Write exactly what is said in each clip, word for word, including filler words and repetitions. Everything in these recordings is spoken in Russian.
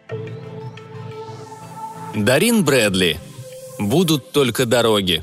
Дарин Брэдли. Будут только дороги.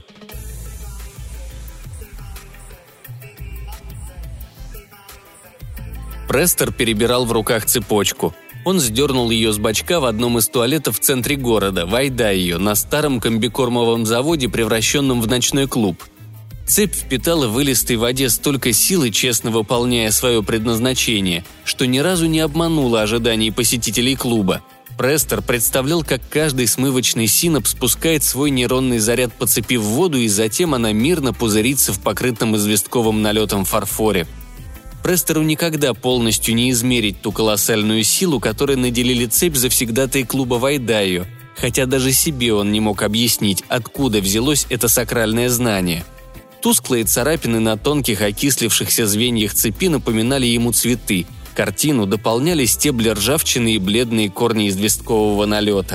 Престер перебирал в руках цепочку. Он сдернул ее с бачка в одном из туалетов в центре города, в Айдайо, на старом комбикормовом заводе, превращенном в ночной клуб. Цепь впитала в илистой воде столько силы, честно выполняя свое предназначение, что ни разу не обманула ожиданий посетителей клуба. Престер представлял, как каждый смывочный синап спускает свой нейронный заряд по цепи в воду, и затем она мирно пузырится в покрытом известковым налетом фарфоре. Престеру никогда полностью не измерить ту колоссальную силу, которой наделили цепь завсегдатаи клуба в Айдайо, хотя даже себе он не мог объяснить, откуда взялось это сакральное знание. Тусклые царапины на тонких окислившихся звеньях цепи напоминали ему цветы, картину дополняли стебли ржавчины и бледные корни известкового налета.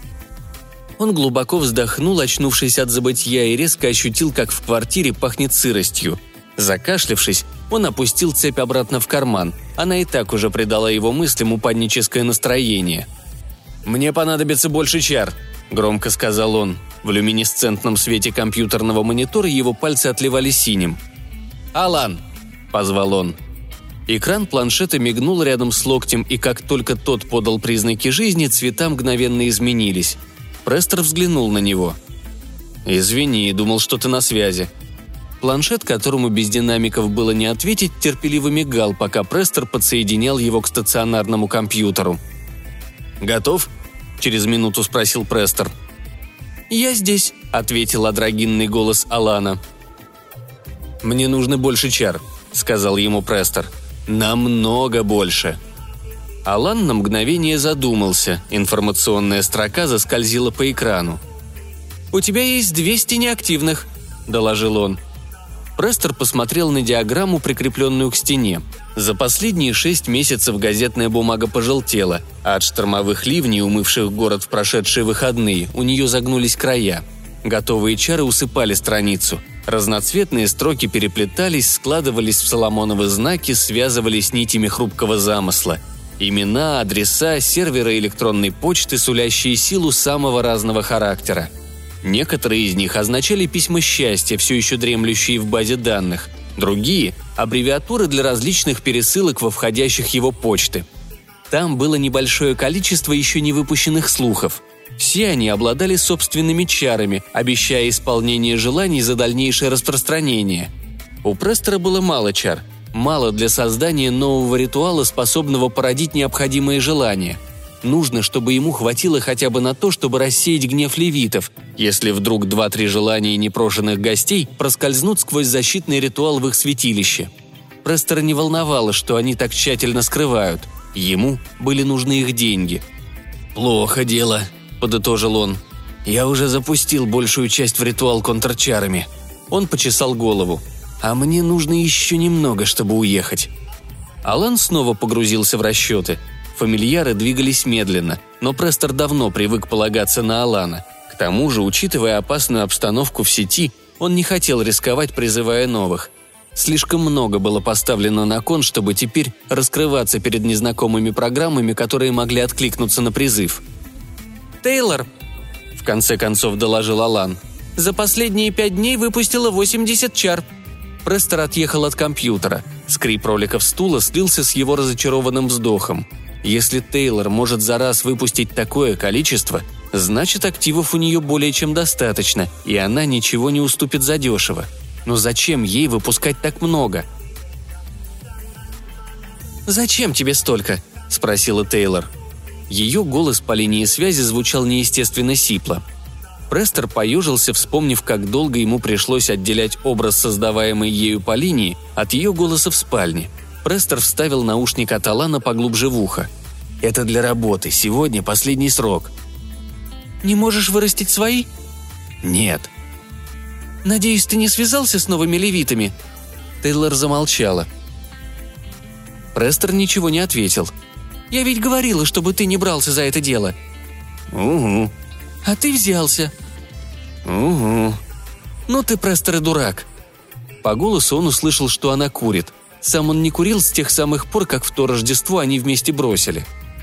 Он глубоко вздохнул, очнувшись от забытья, и резко ощутил, как в квартире пахнет сыростью. Закашлявшись, он опустил цепь обратно в карман. Она и так уже придала его мыслям упадническое настроение. «Мне понадобится больше чар», – громко сказал он. В люминесцентном свете компьютерного монитора его пальцы отливали синим. «Алан!» – позвал он. Экран планшета мигнул рядом с локтем, и как только тот подал признаки жизни, цвета мгновенно изменились. Престер взглянул на него. «Извини, думал, что ты на связи». Планшет, которому без динамиков было не ответить, терпеливо мигал, пока Престер подсоединял его к стационарному компьютеру. «Готов?» – через минуту спросил Престер. «Я здесь», – ответил адрогинный голос Алана. «Мне нужно больше чар», – сказал ему Престер. «Намного больше». Алан на мгновение задумался, информационная строка заскользила по экрану. «У тебя есть двести неактивных», – доложил он. Престер посмотрел на диаграмму, прикрепленную к стене. За последние шесть месяцев газетная бумага пожелтела, а от штормовых ливней, умывших город в прошедшие выходные, у нее загнулись края. Готовые чары усыпали страницу. Разноцветные строки переплетались, складывались в соломоновы знаки, связывались нитями хрупкого замысла. Имена, адреса, серверы электронной почты, сулящие силу самого разного характера. Некоторые из них означали письма счастья, все еще дремлющие в базе данных. Другие – аббревиатуры для различных пересылок во входящих его почты. Там было небольшое количество еще не выпущенных слухов. Все они обладали собственными чарами, обещая исполнение желаний за дальнейшее распространение. У Престера было мало чар, мало для создания нового ритуала, способного породить необходимые желания. Нужно, чтобы ему хватило хотя бы на то, чтобы рассеять гнев левитов, если вдруг два-три желания непрошенных гостей проскользнут сквозь защитный ритуал в их святилище. Престера не волновало, что они так тщательно скрывают. Ему были нужны их деньги. «Плохо дело», – подытожил он. «Я уже запустил большую часть в ритуал контрчарами». Он почесал голову. «А мне нужно еще немного, чтобы уехать». Алан снова погрузился в расчеты. Фамильяры двигались медленно, но Престер давно привык полагаться на Алана. К тому же, учитывая опасную обстановку в сети, он не хотел рисковать, призывая новых. Слишком много было поставлено на кон, чтобы теперь раскрываться перед незнакомыми программами, которые могли откликнуться на призыв. «Тейлор», – в конце концов доложил Алан, – «за последние пять дней выпустила восемьдесят чар». Престер отъехал от компьютера. Скрип роликов стула слился с его разочарованным вздохом. Если Тейлор может за раз выпустить такое количество, значит, активов у нее более чем достаточно, и она ничего не уступит задешево. Но зачем ей выпускать так много? «Зачем тебе столько?» – спросила Тейлор. Ее голос по линии связи звучал неестественно сипло. Престер поежился, вспомнив, как долго ему пришлось отделять образ, создаваемый ею по линии, от ее голоса в спальне. Престер вставил наушник от Алана поглубже в ухо. «Это для работы. Сегодня последний срок». «Не можешь вырастить свои?» «Нет». «Надеюсь, ты не связался с новыми левитами?» Тейлор замолчала. Престер ничего не ответил. «Я ведь говорила, чтобы ты не брался за это дело». «Угу». «А ты взялся». «Угу». «Ну ты, Престер, и дурак». По голосу он услышал, что она курит. Сам он не курил с тех самых пор, как в то Рождество они вместе бросили.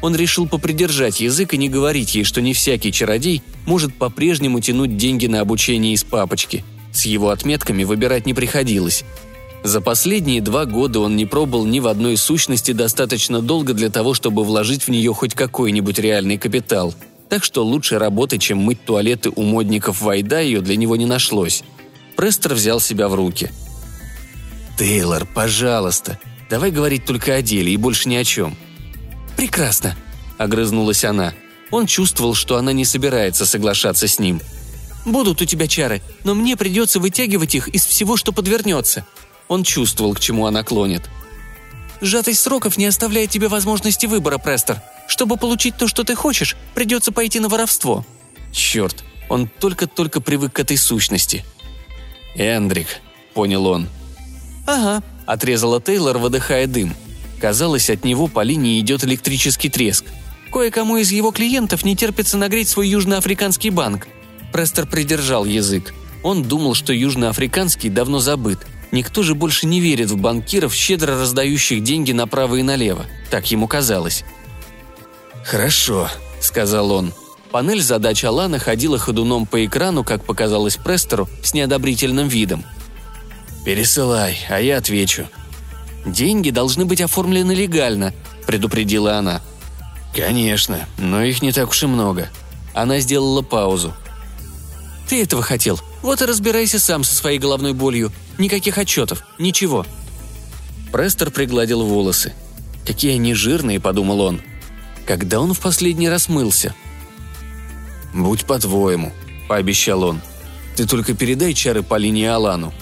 Он решил попридержать язык и не говорить ей, что не всякий чародей может по-прежнему тянуть деньги на обучение из папочки. С его отметками выбирать не приходилось. За последние два года он не пробыл ни в одной сущности достаточно долго для того, чтобы вложить в нее хоть какой-нибудь реальный капитал. Так что лучшей работы, чем мыть туалеты у модников в Вайдайо, для него не нашлось. Престер взял себя в руки. «Тейлор, пожалуйста, давай говорить только о деле и больше ни о чем». «Прекрасно», — огрызнулась она. Он чувствовал, что она не собирается соглашаться с ним. «Будут у тебя чары, но мне придется вытягивать их из всего, что подвернется». Он чувствовал, к чему она клонит. «Сжатость сроков не оставляет тебе возможности выбора, Престер. Чтобы получить то, что ты хочешь, придется пойти на воровство». Черт, он только-только привык к этой сущности. «Эндрик», — понял он. «Ага», — отрезала Тейлор, выдыхая дым. Казалось, от него по линии идет электрический треск. «Кое-кому из его клиентов не терпится нагреть свой южноафриканский банк». Престер придержал язык. Он думал, что южноафриканский давно забыт. Никто же больше не верит в банкиров, щедро раздающих деньги направо и налево. Так ему казалось. «Хорошо», — сказал он. Панель задач Алана ходила ходуном по экрану, как показалось Престеру, с неодобрительным видом. «Пересылай, а я отвечу». «Деньги должны быть оформлены легально», — предупредила она. «Конечно, но их не так уж и много». Она сделала паузу. «Ты этого хотел? Вот и разбирайся сам со своей головной болью. Никаких отчетов, ничего». Престер пригладил волосы. «Какие они жирные», — подумал он. Когда он в последний раз мылся? «Будь по-твоему», — пообещал он. «Ты только передай чары по линии Алану».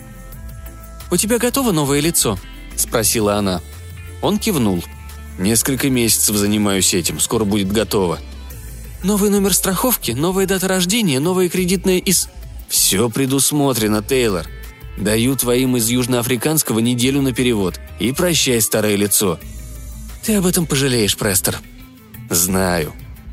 «У тебя готово новое лицо?» — спросила она. Он кивнул. «Несколько месяцев занимаюсь этим, скоро будет готово». «Новый номер страховки, новая дата рождения, новая кредитная из...» «Все предусмотрено, Тейлор. Даю твоим из южноафриканского неделю на перевод. И прощай, старое лицо». «Ты об этом пожалеешь, Престер». «Знаю».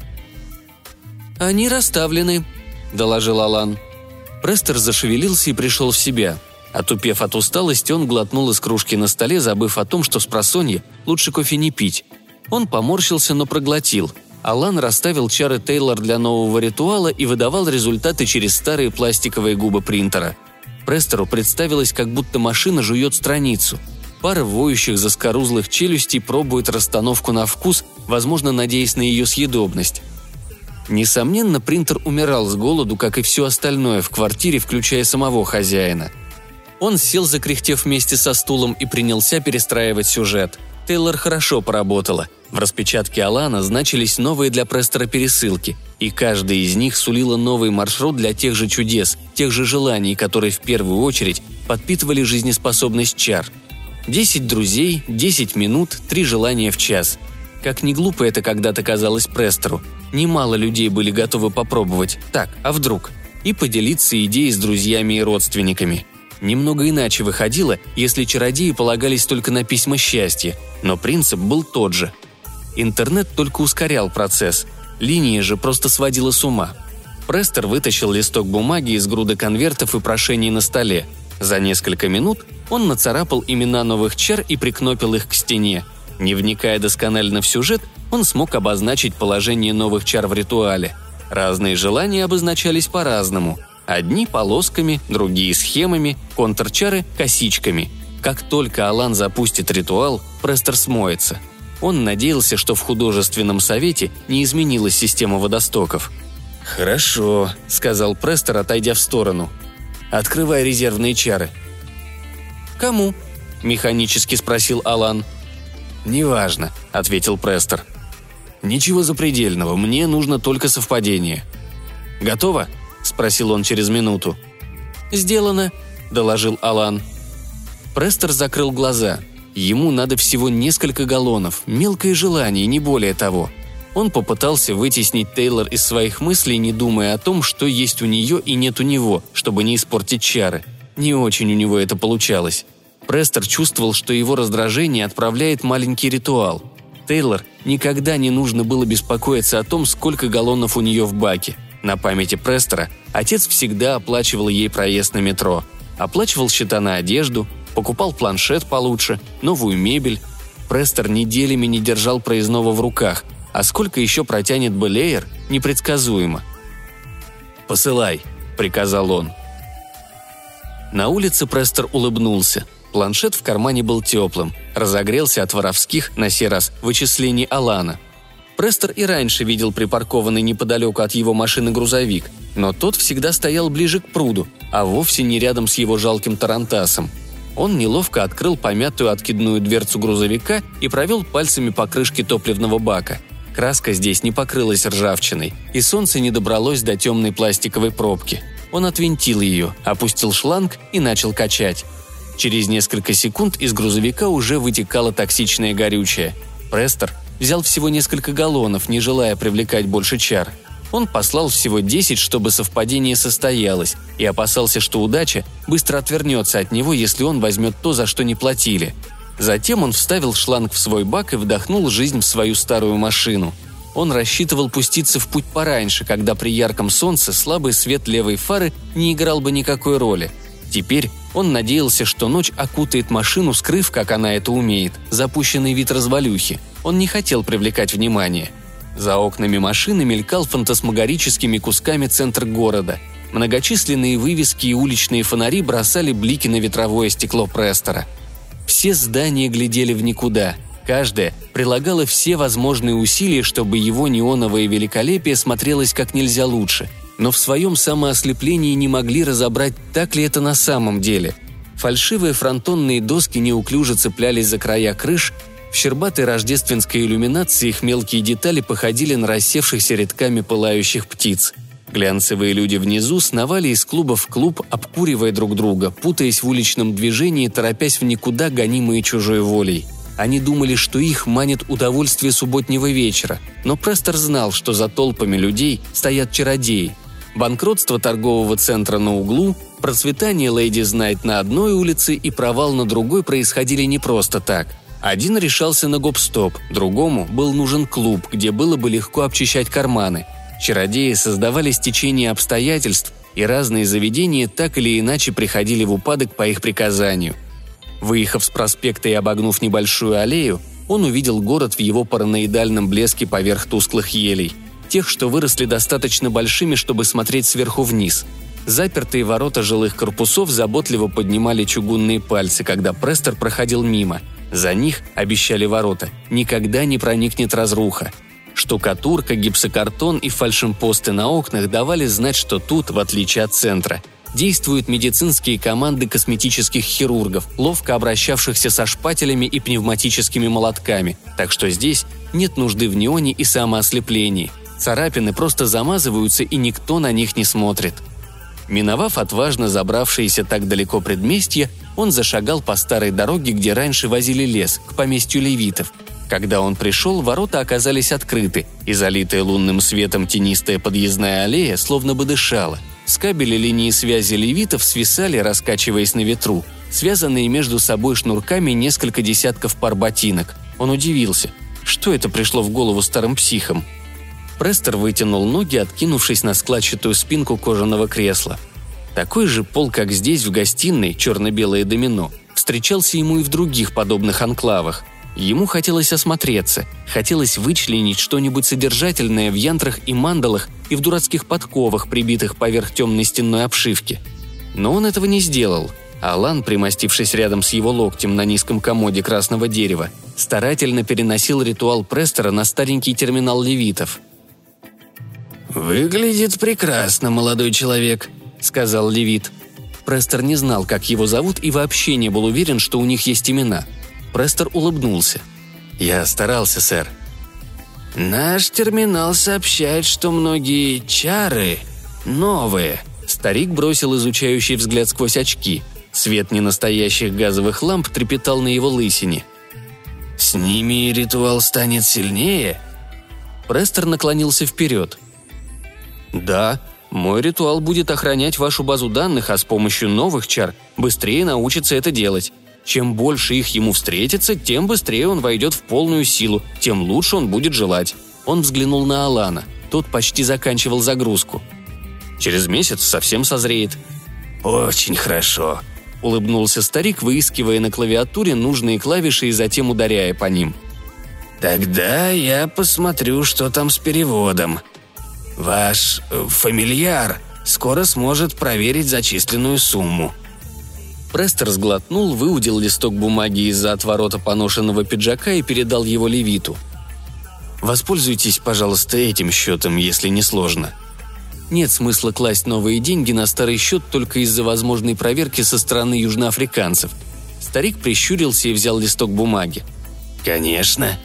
«Они расставлены», — доложил Алан. Престер зашевелился и пришел в себя. Отупев от усталости, он глотнул из кружки на столе, забыв о том, что спросонья лучше кофе не пить. Он поморщился, но проглотил. Алан расставил чары Тейлор для нового ритуала и выдавал результаты через старые пластиковые губы принтера. Престеру представилось, как будто машина жует страницу. Пара воющих заскорузлых челюстей пробует расстановку на вкус, возможно, надеясь на ее съедобность. Несомненно, принтер умирал с голоду, как и все остальное в квартире, включая самого хозяина. Он сел, закряхтев вместе со стулом, и принялся перестраивать сюжет. Тейлор хорошо поработала. В распечатке Алана значились новые для Престера пересылки, и каждая из них сулила новый маршрут для тех же чудес, тех же желаний, которые в первую очередь подпитывали жизнеспособность чар. Десять друзей, десять минут, три желания в час. Как ни глупо это когда-то казалось Престеру, немало людей были готовы попробовать, так, а вдруг, и поделиться идеей с друзьями и родственниками. Немного иначе выходило, если чародеи полагались только на письма счастья, но принцип был тот же. Интернет только ускорял процесс, линия же просто сводила с ума. Престер вытащил листок бумаги из груды конвертов и прошений на столе. За несколько минут он нацарапал имена новых чар и прикнопил их к стене. Не вникая досконально в сюжет, он смог обозначить положение новых чар в ритуале. Разные желания обозначались по-разному. Одни полосками, другие схемами, контрчары – косичками. Как только Алан запустит ритуал, Престер смоется. Он надеялся, что в художественном совете не изменилась система водостоков. «Хорошо», – сказал Престер, отойдя в сторону. «Открывай резервные чары». «Кому?» – механически спросил Алан. «Неважно», – ответил Престер. «Ничего запредельного, мне нужно только совпадение». «Готово?» – спросил он через минуту. «Сделано», – доложил Алан. Престер закрыл глаза. Ему надо всего несколько галлонов, мелкое желание, не более того. Он попытался вытеснить Тейлор из своих мыслей, не думая о том, что есть у нее и нет у него, чтобы не испортить чары. Не очень у него это получалось. Престер чувствовал, что его раздражение отправляет маленький ритуал. Тейлор никогда не нужно было беспокоиться о том, сколько галлонов у нее в баке. На памяти Престера отец всегда оплачивал ей проезд на метро. Оплачивал счета на одежду, покупал планшет получше, новую мебель. Престер неделями не держал проездного в руках. А сколько еще протянет Белэйр, непредсказуемо. «Посылай», — приказал он. На улице Престер улыбнулся. Планшет в кармане был теплым, разогрелся от воровских, на сей раз, вычислений Алана. Престер и раньше видел припаркованный неподалеку от его машины грузовик, но тот всегда стоял ближе к пруду, а вовсе не рядом с его жалким тарантасом. Он неловко открыл помятую откидную дверцу грузовика и провел пальцами по крышке топливного бака. Краска здесь не покрылась ржавчиной, и солнце не добралось до темной пластиковой пробки. Он отвинтил ее, опустил шланг и начал качать. Через несколько секунд из грузовика уже вытекало токсичное горючее. Престер взял всего несколько галлонов, не желая привлекать больше чар. Он послал всего десять, чтобы совпадение состоялось, и опасался, что удача быстро отвернется от него, если он возьмет то, за что не платили. Затем он вставил шланг в свой бак и вдохнул жизнь в свою старую машину. Он рассчитывал пуститься в путь пораньше, когда при ярком солнце слабый свет левой фары не играл бы никакой роли. Теперь он надеялся, что ночь окутает машину, скрыв, как она это умеет, запущенный вид развалюхи. Он не хотел привлекать внимание. За окнами машины мелькал фантасмагорическими кусками центр города. Многочисленные вывески и уличные фонари бросали блики на ветровое стекло Престера. Все здания глядели в никуда. Каждое прилагало все возможные усилия, чтобы его неоновое великолепие смотрелось как нельзя лучше. Но в своем самоослеплении не могли разобрать, так ли это на самом деле. Фальшивые фронтонные доски неуклюже цеплялись за края крыш, в щербатой рождественской иллюминации их мелкие детали походили на рассевшихся рядками пылающих птиц. Глянцевые люди внизу сновали из клуба в клуб, обкуривая друг друга, путаясь в уличном движении, торопясь в никуда, гонимые чужой волей. Они думали, что их манит удовольствие субботнего вечера, но Престер знал, что за толпами людей стоят чародеи. Банкротство торгового центра на углу, процветание Ladies' Night на одной улице и провал на другой происходили не просто так. Один решался на гоп-стоп, другому был нужен клуб, где было бы легко обчищать карманы. Чародеи создавали стечение обстоятельств, и разные заведения так или иначе приходили в упадок по их приказанию. Выехав с проспекта и обогнув небольшую аллею, он увидел город в его параноидальном блеске поверх тусклых елей, тех, что выросли достаточно большими, чтобы смотреть сверху вниз. Запертые ворота жилых корпусов заботливо поднимали чугунные пальцы, когда Престер проходил мимо. За них, обещали ворота, никогда не проникнет разруха. Штукатурка, гипсокартон и фальшимпосты на окнах давали знать, что тут, в отличие от центра, действуют медицинские команды косметических хирургов, ловко обращавшихся со шпателями и пневматическими молотками, так что здесь нет нужды в неоне и самоослеплении. Царапины просто замазываются, и никто на них не смотрит. Миновав отважно забравшиеся так далеко предместья, он зашагал по старой дороге, где раньше возили лес, к поместью левитов. Когда он пришел, ворота оказались открыты, и залитая лунным светом тенистая подъездная аллея словно бы дышала. С кабеля линии связи левитов свисали, раскачиваясь на ветру, связанные между собой шнурками несколько десятков пар ботинок. Он удивился. Что это пришло в голову старым психам? Престер вытянул ноги, откинувшись на складчатую спинку кожаного кресла. Такой же пол, как здесь, в гостиной, черно-белое домино, встречался ему и в других подобных анклавах. Ему хотелось осмотреться, хотелось вычленить что-нибудь содержательное в янтрах и мандалах и в дурацких подковах, прибитых поверх темной стенной обшивки. Но он этого не сделал. Алан, примостившись рядом с его локтем на низком комоде красного дерева, старательно переносил ритуал Престера на старенький терминал левитов. «Выглядит прекрасно, молодой человек», — сказал левит. Престер не знал, как его зовут, и вообще не был уверен, что у них есть имена. Престер улыбнулся. «Я старался, сэр». «Наш терминал сообщает, что многие чары новые». Старик бросил изучающий взгляд сквозь очки. Свет ненастоящих газовых ламп трепетал на его лысине. «С ними ритуал станет сильнее?» Престер наклонился вперед. «Да, мой ритуал будет охранять вашу базу данных, а с помощью новых чар быстрее научится это делать. Чем больше их ему встретится, тем быстрее он войдет в полную силу, тем лучше он будет желать». Он взглянул на Алана. Тот почти заканчивал загрузку. «Через месяц совсем созреет». «Очень хорошо», — улыбнулся старик, выискивая на клавиатуре нужные клавиши и затем ударяя по ним. «Тогда я посмотрю, что там с переводом. Ваш э, фамильяр скоро сможет проверить зачисленную сумму». Престер сглотнул, выудил листок бумаги из-за отворота поношенного пиджака и передал его Левиту. «Воспользуйтесь, пожалуйста, этим счетом, если не сложно. Нет смысла класть новые деньги на старый счет только из-за возможной проверки со стороны южноафриканцев». Старик прищурился и взял листок бумаги. «Конечно».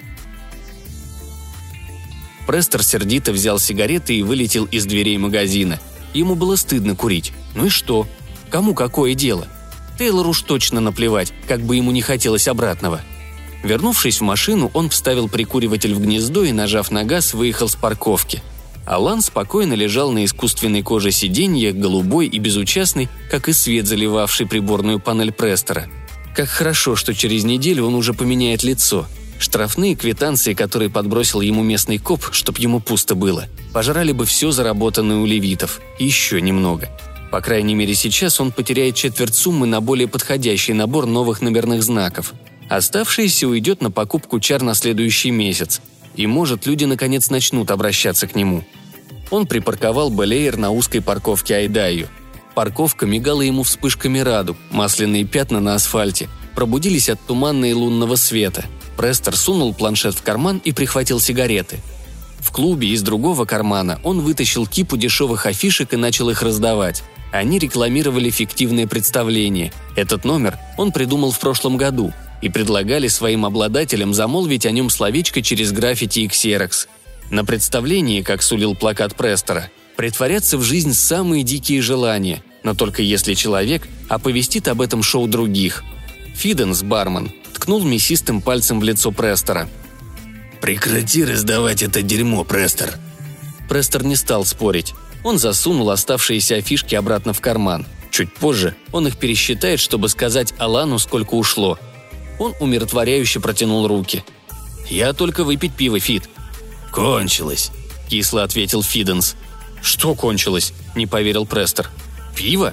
Престер сердито взял сигареты и вылетел из дверей магазина. Ему было стыдно курить. Ну и что? Кому какое дело? Тейлору уж точно наплевать, как бы ему не хотелось обратного. Вернувшись в машину, он вставил прикуриватель в гнездо и, нажав на газ, выехал с парковки. Алан спокойно лежал на искусственной коже сиденья, голубой и безучастный, как и свет, заливавший приборную панель Престера. Как хорошо, что через неделю он уже поменяет лицо. Штрафные квитанции, которые подбросил ему местный коп, чтоб ему пусто было, пожрали бы все заработанное у левитов. И еще немного. По крайней мере, сейчас он потеряет четверть суммы на более подходящий набор новых номерных знаков. Оставшееся уйдет на покупку чар на следующий месяц. И, может, люди наконец начнут обращаться к нему. Он припарковал Белэйр на узкой парковке Айдайо. Парковка мигала ему вспышками радуг, масляные пятна на асфальте пробудились от туманного и лунного света. Престер сунул планшет в карман и прихватил сигареты. В клубе из другого кармана он вытащил кипу дешевых афишек и начал их раздавать. Они рекламировали фиктивное представление. Этот номер он придумал в прошлом году и предлагали своим обладателям замолвить о нем словечко через граффити и ксерокс. На представлении, как сулил плакат Престера, притворятся в жизнь самые дикие желания, но только если человек оповестит об этом шоу других. Фиденс, бармен, ткнул мясистым пальцем в лицо Престера. «Прекрати раздавать это дерьмо, Престер!» Престер не стал спорить. Он засунул оставшиеся афишки обратно в карман. Чуть позже он их пересчитает, чтобы сказать Алану, сколько ушло. Он умиротворяюще протянул руки. «Я только выпить пиво, Фид». «Кончилось», – кисло ответил Фиденс. «Что кончилось?» – не поверил Престер. «Пиво?»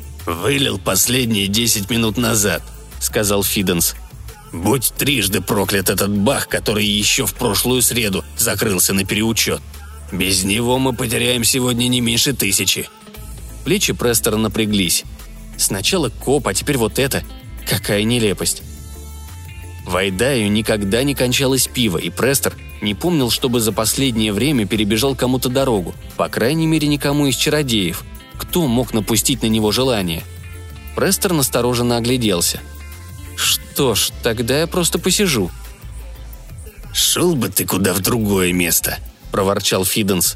«Вылил последние десять минут назад», – сказал Фиденс. «Будь трижды проклят этот Бах, который еще в прошлую среду закрылся на переучет. Без него мы потеряем сегодня не меньше тысячи». Плечи Престера напряглись. Сначала коп, а теперь вот это. Какая нелепость. В Айдайо никогда не кончалось пиво, и Престер не помнил, чтобы за последнее время перебежал кому-то дорогу, по крайней мере, никому из чародеев. Кто мог напустить на него желание? Престер настороженно огляделся. «Что ж, тогда я просто посижу». «Шел бы ты куда в другое место», – проворчал Фиденс.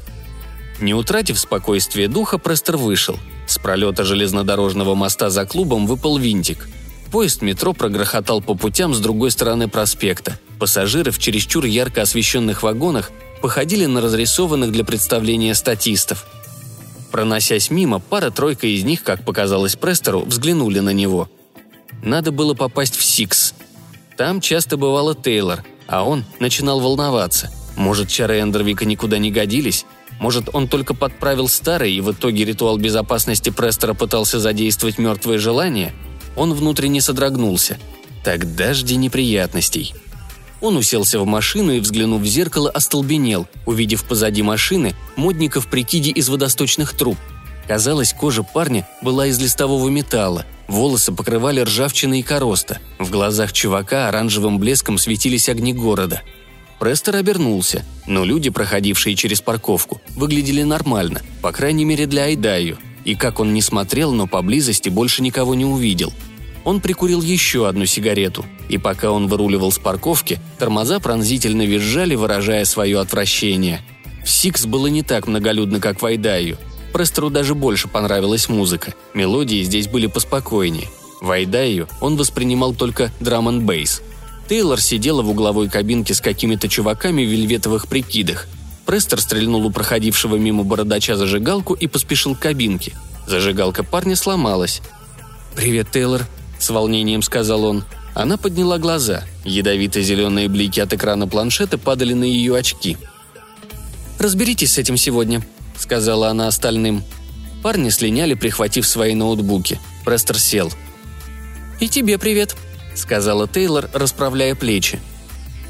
Не утратив спокойствие духа, Престер вышел. С пролета железнодорожного моста за клубом выпал винтик. Поезд метро прогрохотал по путям с другой стороны проспекта. Пассажиры в чересчур ярко освещенных вагонах походили на разрисованных для представления статистов. Проносясь мимо, пара-тройка из них, как показалось Престеру, взглянули на него. Надо было попасть в Сикс. Там часто бывала Тейлор, а он начинал волноваться. Может, чары Эндервика никуда не годились? Может, он только подправил старый, и в итоге ритуал безопасности Престера пытался задействовать мертвое желание? Он внутренне содрогнулся. Тогда жди неприятностей. Он уселся в машину и, взглянув в зеркало, остолбенел, увидев позади машины модника в прикиде из водосточных труб. Казалось, кожа парня была из листового металла, волосы покрывали ржавчина и короста, в глазах чувака оранжевым блеском светились огни города. Престер обернулся, но люди, проходившие через парковку, выглядели нормально, по крайней мере для Айдайо, и как он ни смотрел, но поблизости больше никого не увидел. Он прикурил еще одну сигарету, и пока он выруливал с парковки, тормоза пронзительно визжали, выражая свое отвращение. В Сикс было не так многолюдно, как в Айдайо. Престеру даже больше понравилась музыка, мелодии здесь были поспокойнее. В Айдайо он воспринимал только драм-н-бейс. Тейлор сидела в угловой кабинке с какими-то чуваками в вельветовых прикидах. Престер стрельнул у проходившего мимо бородача зажигалку и поспешил к кабинке. Зажигалка парня сломалась. «Привет, Тейлор», – с волнением сказал он. Она подняла глаза. Ядовито-зеленые блики от экрана планшета падали на ее очки. «Разберитесь с этим сегодня», – сказала она остальным. Парни слиняли, прихватив свои ноутбуки. Престер сел. «И тебе привет», – сказала Тейлор, расправляя плечи.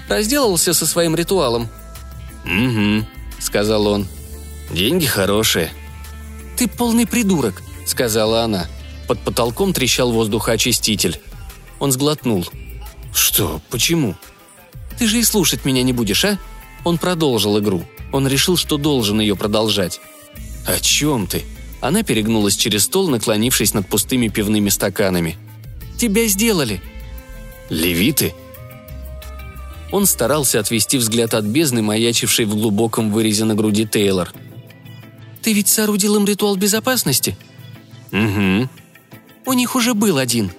Разделался со своим ритуалом?» «Угу», — сказал он. «Деньги хорошие». «Ты полный придурок», — сказала она. Под потолком трещал воздухоочиститель. Он сглотнул. «Что? Почему?» «Ты же и слушать меня не будешь, а?» Он продолжил игру. Он решил, что должен ее продолжать. «О чем ты?» Она перегнулась через стол, наклонившись над пустыми пивными стаканами. «Тебя сделали!» «Левиты?» Он старался отвести взгляд от бездны, маячившей в глубоком вырезе на груди Тейлор. «Ты ведь соорудил им ритуал безопасности?» «Угу». «У них уже был один».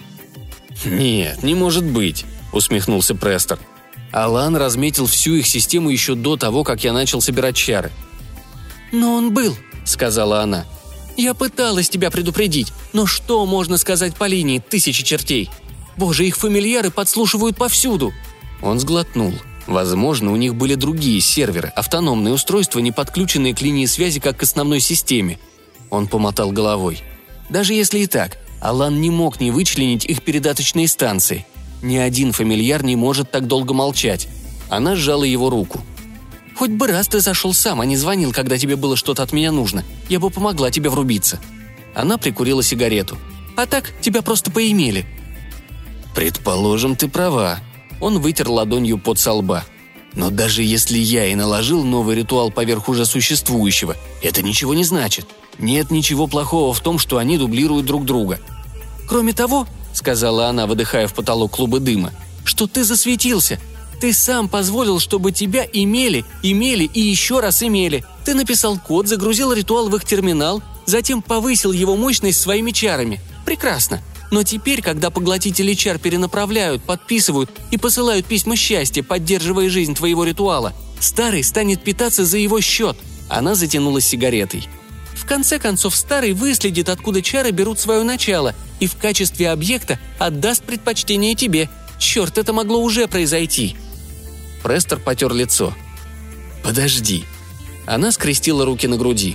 «Нет, не может быть», — усмехнулся Престер. Алан разметил всю их систему еще до того, как я начал собирать чары. «Но он был», — сказала она. «Я пыталась тебя предупредить, но что можно сказать по линии тысячи чертей? Боже, их фамильяры подслушивают повсюду». Он сглотнул. Возможно, у них были другие серверы, автономные устройства, не подключенные к линии связи, как к основной системе. Он помотал головой. Даже если и так, Алан не мог не вычленить их передаточные станции. Ни один фамильяр не может так долго молчать. Она сжала его руку. «Хоть бы раз ты зашел сам, а не звонил, когда тебе было что-то от меня нужно. Я бы помогла тебе врубиться». Она прикурила сигарету. «А так, тебя просто поимели». «Предположим, ты права». Он вытер ладонью пот со лба. «Но даже если я и наложил новый ритуал поверх уже существующего, это ничего не значит. Нет ничего плохого в том, что они дублируют друг друга. Кроме того, — сказала она, выдыхая в потолок клубы дыма, — что ты засветился. Ты сам позволил, чтобы тебя имели, имели и еще раз имели. Ты написал код, загрузил ритуал в их терминал, затем повысил его мощность своими чарами. Прекрасно. Но теперь, когда поглотители чар перенаправляют, подписывают и посылают письма счастья, поддерживая жизнь твоего ритуала, старый станет питаться за его счет». Она затянулась сигаретой. «В конце концов, старый выследит, откуда чары берут свое начало, и в качестве объекта отдаст предпочтение тебе. Черт, это могло уже произойти». Престер потер лицо. «Подожди». Она скрестила руки на груди.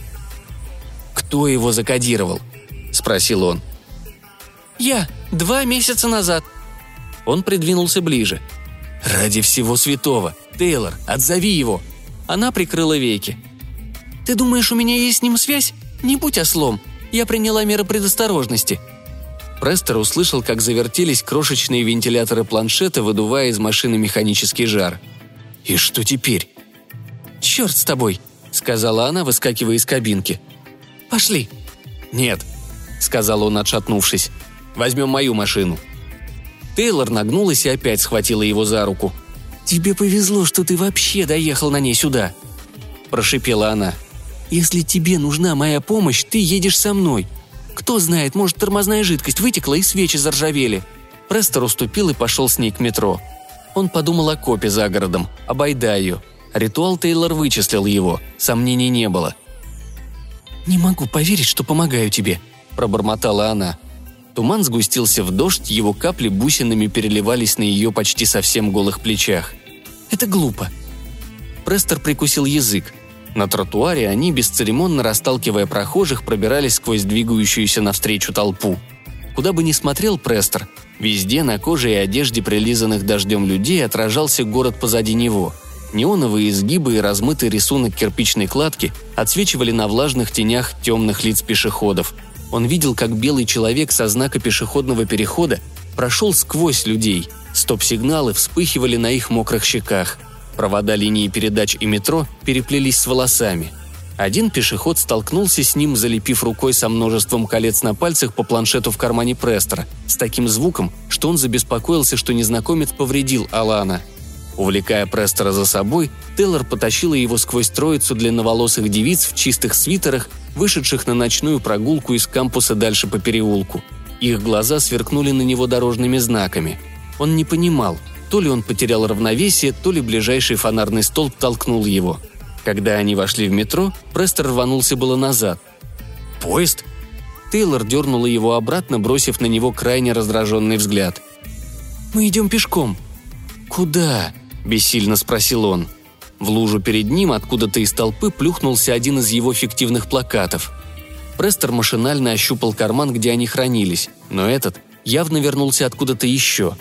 «Кто его закодировал?» – спросил он. «Я. Два месяца назад». Он придвинулся ближе. «Ради всего святого! Тейлор, отзови его!» Она прикрыла веки. «Ты думаешь, у меня есть с ним связь? Не будь ослом. Я приняла меры предосторожности». Престер услышал, как завертелись крошечные вентиляторы планшета, выдувая из машины механический жар. «И что теперь?» «Черт с тобой», — сказала она, выскакивая из кабинки. «Пошли». «Нет», — сказал он, отшатнувшись. «Возьмем мою машину». Тейлор нагнулась и опять схватила его за руку. «Тебе повезло, что ты вообще доехал на ней сюда», – прошипела она. «Если тебе нужна моя помощь, ты едешь со мной. Кто знает, может, тормозная жидкость вытекла и свечи заржавели». Престер уступил и пошел с ней к метро. Он подумал о копе за городом, об Айдайо. Ритуал Тейлор вычислил его, сомнений не было. «Не могу поверить, что помогаю тебе», – пробормотала она. Туман сгустился в дождь, его капли бусинами переливались на ее почти совсем голых плечах. «Это глупо». Престер прикусил язык. На тротуаре они, бесцеремонно расталкивая прохожих, пробирались сквозь двигающуюся навстречу толпу. Куда бы ни смотрел Престер, везде на коже и одежде прилизанных дождем людей отражался город позади него. Неоновые изгибы и размытый рисунок кирпичной кладки отсвечивали на влажных тенях темных лиц пешеходов. Он видел, как белый человек со знака пешеходного перехода прошел сквозь людей. Стоп-сигналы вспыхивали на их мокрых щеках. Провода линии передач и метро переплелись с волосами. Один пешеход столкнулся с ним, залепив рукой со множеством колец на пальцах по планшету в кармане Престера, с таким звуком, что он забеспокоился, что незнакомец повредил Алана. Увлекая Престера за собой, Тейлор потащила его сквозь троицу длинноволосых девиц в чистых свитерах, вышедших на ночную прогулку из кампуса дальше по переулку. Их глаза сверкнули на него дорожными знаками. Он не понимал, то ли он потерял равновесие, то ли ближайший фонарный столб толкнул его. Когда они вошли в метро, Престер рванулся было назад. «Поезд?» Тейлор дернула его обратно, бросив на него крайне раздраженный взгляд. «Мы идем пешком». «Куда?» – бессильно спросил он. В лужу перед ним откуда-то из толпы плюхнулся один из его фиктивных плакатов. Престер машинально ощупал карман, где они хранились, но этот явно вернулся откуда-то еще.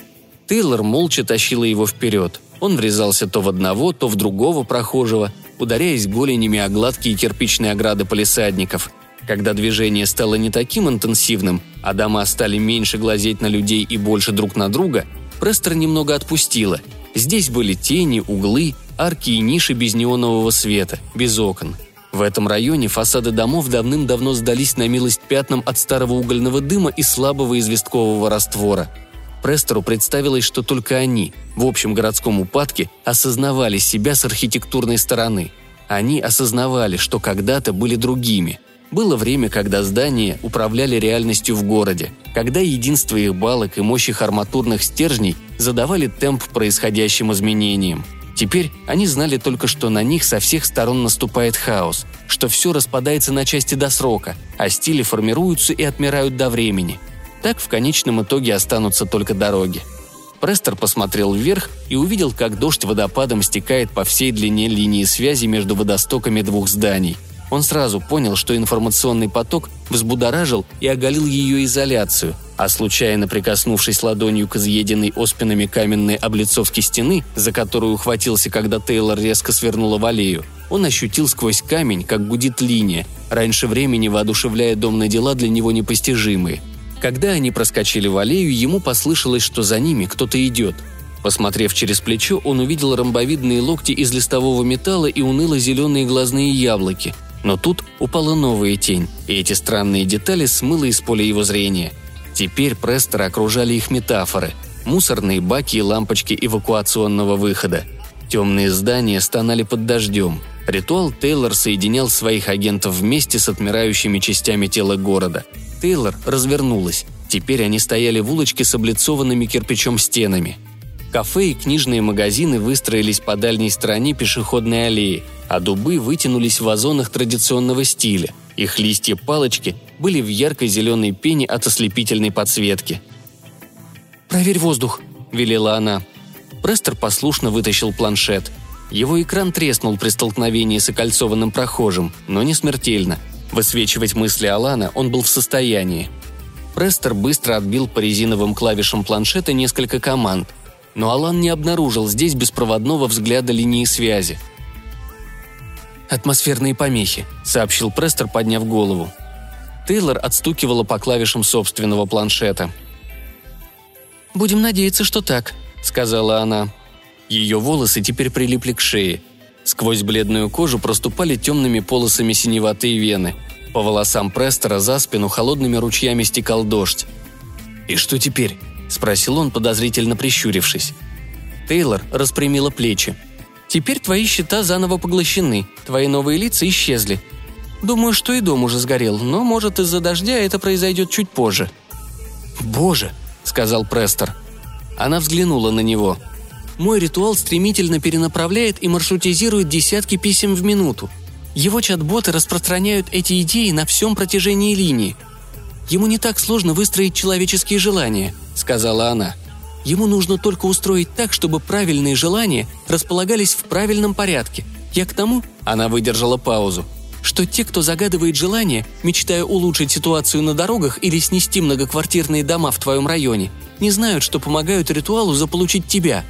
Тейлор молча тащила его вперед. Он врезался то в одного, то в другого прохожего, ударяясь голенями о гладкие кирпичные ограды палисадников. Когда движение стало не таким интенсивным, а дома стали меньше глазеть на людей и больше друг на друга, Престер немного отпустила. Здесь были тени, углы, арки и ниши без неонового света, без окон. В этом районе фасады домов давным-давно сдались на милость пятнам от старого угольного дыма и слабого известкового раствора. Престеру представилось, что только они, в общем городском упадке, осознавали себя с архитектурной стороны. Они осознавали, что когда-то были другими. Было время, когда здания управляли реальностью в городе, когда единство их балок и мощь их арматурных стержней задавали темп происходящим изменениям. Теперь они знали только, что на них со всех сторон наступает хаос, что все распадается на части до срока, а стили формируются и отмирают до времени. Так в конечном итоге останутся только дороги. Престер посмотрел вверх и увидел, как дождь водопадом стекает по всей длине линии связи между водостоками двух зданий. Он сразу понял, что информационный поток взбудоражил и оголил ее изоляцию, а случайно прикоснувшись ладонью к изъеденной оспинами каменной облицовке стены, за которую ухватился, когда Тейлор резко свернула в аллею, он ощутил сквозь камень, как гудит линия, раньше времени воодушевляя дом на дела для него непостижимые. Когда они проскочили в аллею, ему послышалось, что за ними кто-то идет. Посмотрев через плечо, он увидел ромбовидные локти из листового металла и уныло-зеленые глазные яблоки. Но тут упала новая тень, и эти странные детали смыло из поля его зрения. Теперь Престера окружали их метафоры – мусорные баки и лампочки эвакуационного выхода. Темные здания стонали под дождем. Ритуал Тейлор соединял своих агентов вместе с отмирающими частями тела города. Тейлор развернулась. Теперь они стояли в улочке с облицованными кирпичом стенами. Кафе и книжные магазины выстроились по дальней стороне пешеходной аллеи, а дубы вытянулись в вазонах традиционного стиля. Их листья-палочки были в яркой зеленой пене от ослепительной подсветки. «Проверь воздух», – велела она. Престер послушно вытащил планшет. Его экран треснул при столкновении с окольцованным прохожим, но не смертельно. Высвечивать мысли Алана он был в состоянии. Престер быстро отбил по резиновым клавишам планшета несколько команд, но Алан не обнаружил здесь беспроводного взгляда линии связи. «Атмосферные помехи», — сообщил Престер, подняв голову. Тейлор отстукивала по клавишам собственного планшета. «Будем надеяться, что так», — сказала она. Ее волосы теперь прилипли к шее. Сквозь бледную кожу проступали темными полосами синеватые вены. По волосам Престера за спину холодными ручьями стекал дождь. «И что теперь?» – спросил он, подозрительно прищурившись. Тейлор распрямила плечи. «Теперь твои счета заново поглощены, твои новые лица исчезли. Думаю, что и дом уже сгорел, но, может, из-за дождя это произойдет чуть позже». «Боже!» – сказал Престер. Она взглянула на него. «Мой ритуал стремительно перенаправляет и маршрутизирует десятки писем в минуту. Его чат-боты распространяют эти идеи на всем протяжении линии. Ему не так сложно выстроить человеческие желания», — сказала она. «Ему нужно только устроить так, чтобы правильные желания располагались в правильном порядке. Я к тому...» — она выдержала паузу. «Что те, кто загадывает желания, мечтая улучшить ситуацию на дорогах или снести многоквартирные дома в твоем районе, не знают, что помогают ритуалу заполучить тебя».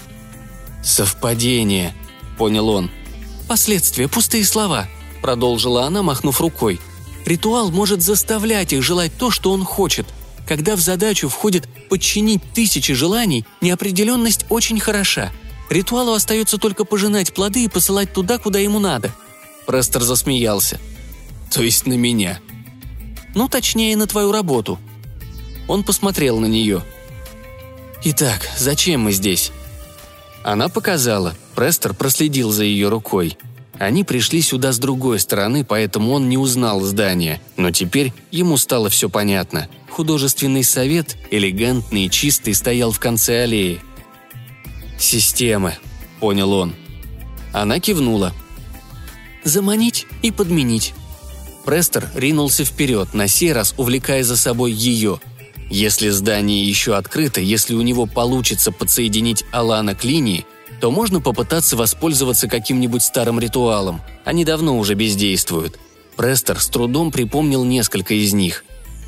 «Совпадение», — понял он. «Последствия, пустые слова», — продолжила она, махнув рукой. «Ритуал может заставлять их желать то, что он хочет. Когда в задачу входит подчинить тысячи желаний, неопределенность очень хороша. Ритуалу остается только пожинать плоды и посылать туда, куда ему надо». Престер засмеялся. «То есть на меня?» «Ну, точнее, на твою работу». Он посмотрел на нее. «Итак, зачем мы здесь?» Она показала. Престер проследил за ее рукой. Они пришли сюда с другой стороны, поэтому он не узнал здания. Но теперь ему стало все понятно. Художественный совет, элегантный и чистый, стоял в конце аллеи. «Системы», — понял он. Она кивнула. «Заманить и подменить». Престер ринулся вперед, на сей раз увлекая за собой ее. Если здание еще открыто, если у него получится подсоединить Алана к линии, то можно попытаться воспользоваться каким-нибудь старым ритуалом. Они давно уже бездействуют. Престер с трудом припомнил несколько из них.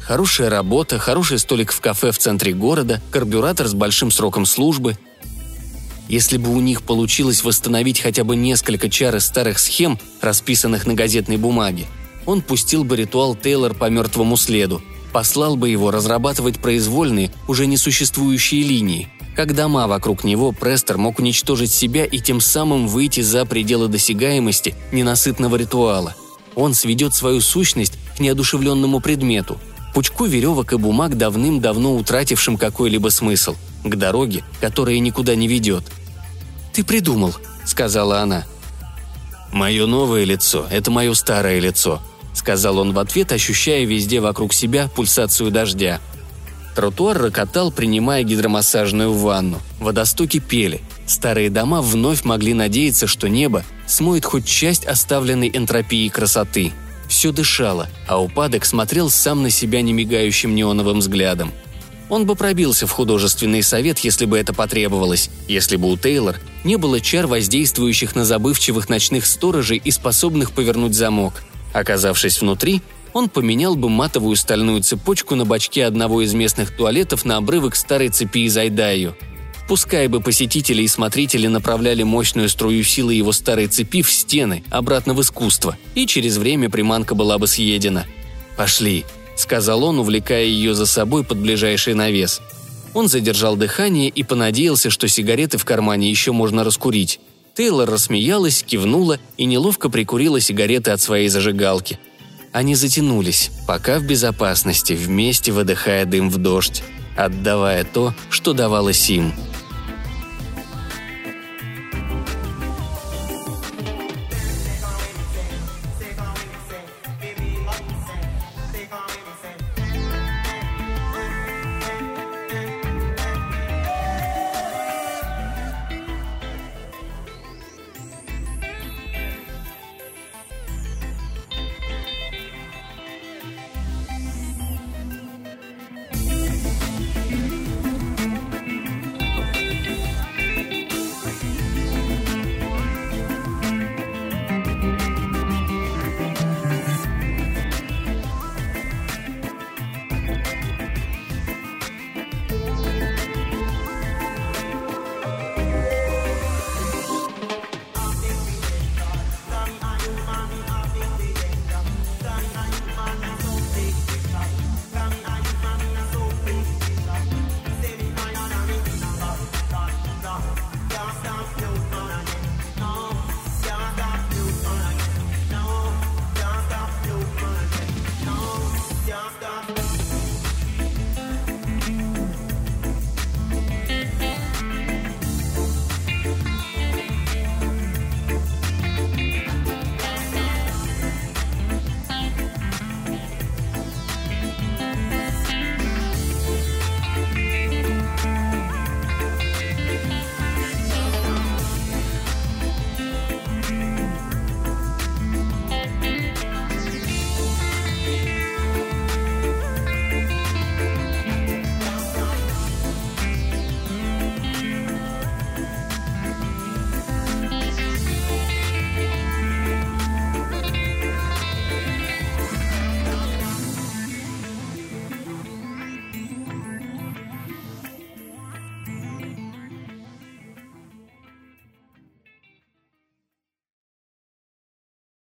Хорошая работа, хороший столик в кафе в центре города, карбюратор с большим сроком службы. Если бы у них получилось восстановить хотя бы несколько чар из старых схем, расписанных на газетной бумаге, он пустил бы ритуал Тейлор по мертвому следу, послал бы его разрабатывать произвольные, уже несуществующие линии. Как дома вокруг него, Престер мог уничтожить себя и тем самым выйти за пределы досягаемости ненасытного ритуала. Он сведет свою сущность к неодушевленному предмету, пучку веревок и бумаг, давным-давно утратившим какой-либо смысл, к дороге, которая никуда не ведет. «Ты придумал», — сказала она. «Мое новое лицо — это мое старое лицо», — сказал он в ответ, ощущая везде вокруг себя пульсацию дождя. Тротуар рокотал, принимая гидромассажную ванну. Водостоки пели. Старые дома вновь могли надеяться, что небо смоет хоть часть оставленной энтропии красоты. Все дышало, а упадок смотрел сам на себя немигающим неоновым взглядом. Он бы пробился в художественный совет, если бы это потребовалось, если бы у Тейлор не было чар, воздействующих на забывчивых ночных сторожей и способных повернуть замок. Оказавшись внутри, он поменял бы матовую стальную цепочку на бачке одного из местных туалетов на обрывок старой цепи из Айдайо. Пускай бы посетители и смотрители направляли мощную струю силы его старой цепи в стены, обратно в искусство, и через время приманка была бы съедена. «Пошли», — сказал он, увлекая ее за собой под ближайший навес. Он задержал дыхание и понадеялся, что сигареты в кармане еще можно раскурить. Тейлор рассмеялась, кивнула и неловко прикурила сигареты от своей зажигалки. Они затянулись, пока в безопасности, вместе выдыхая дым в дождь, отдавая то, что давалось им.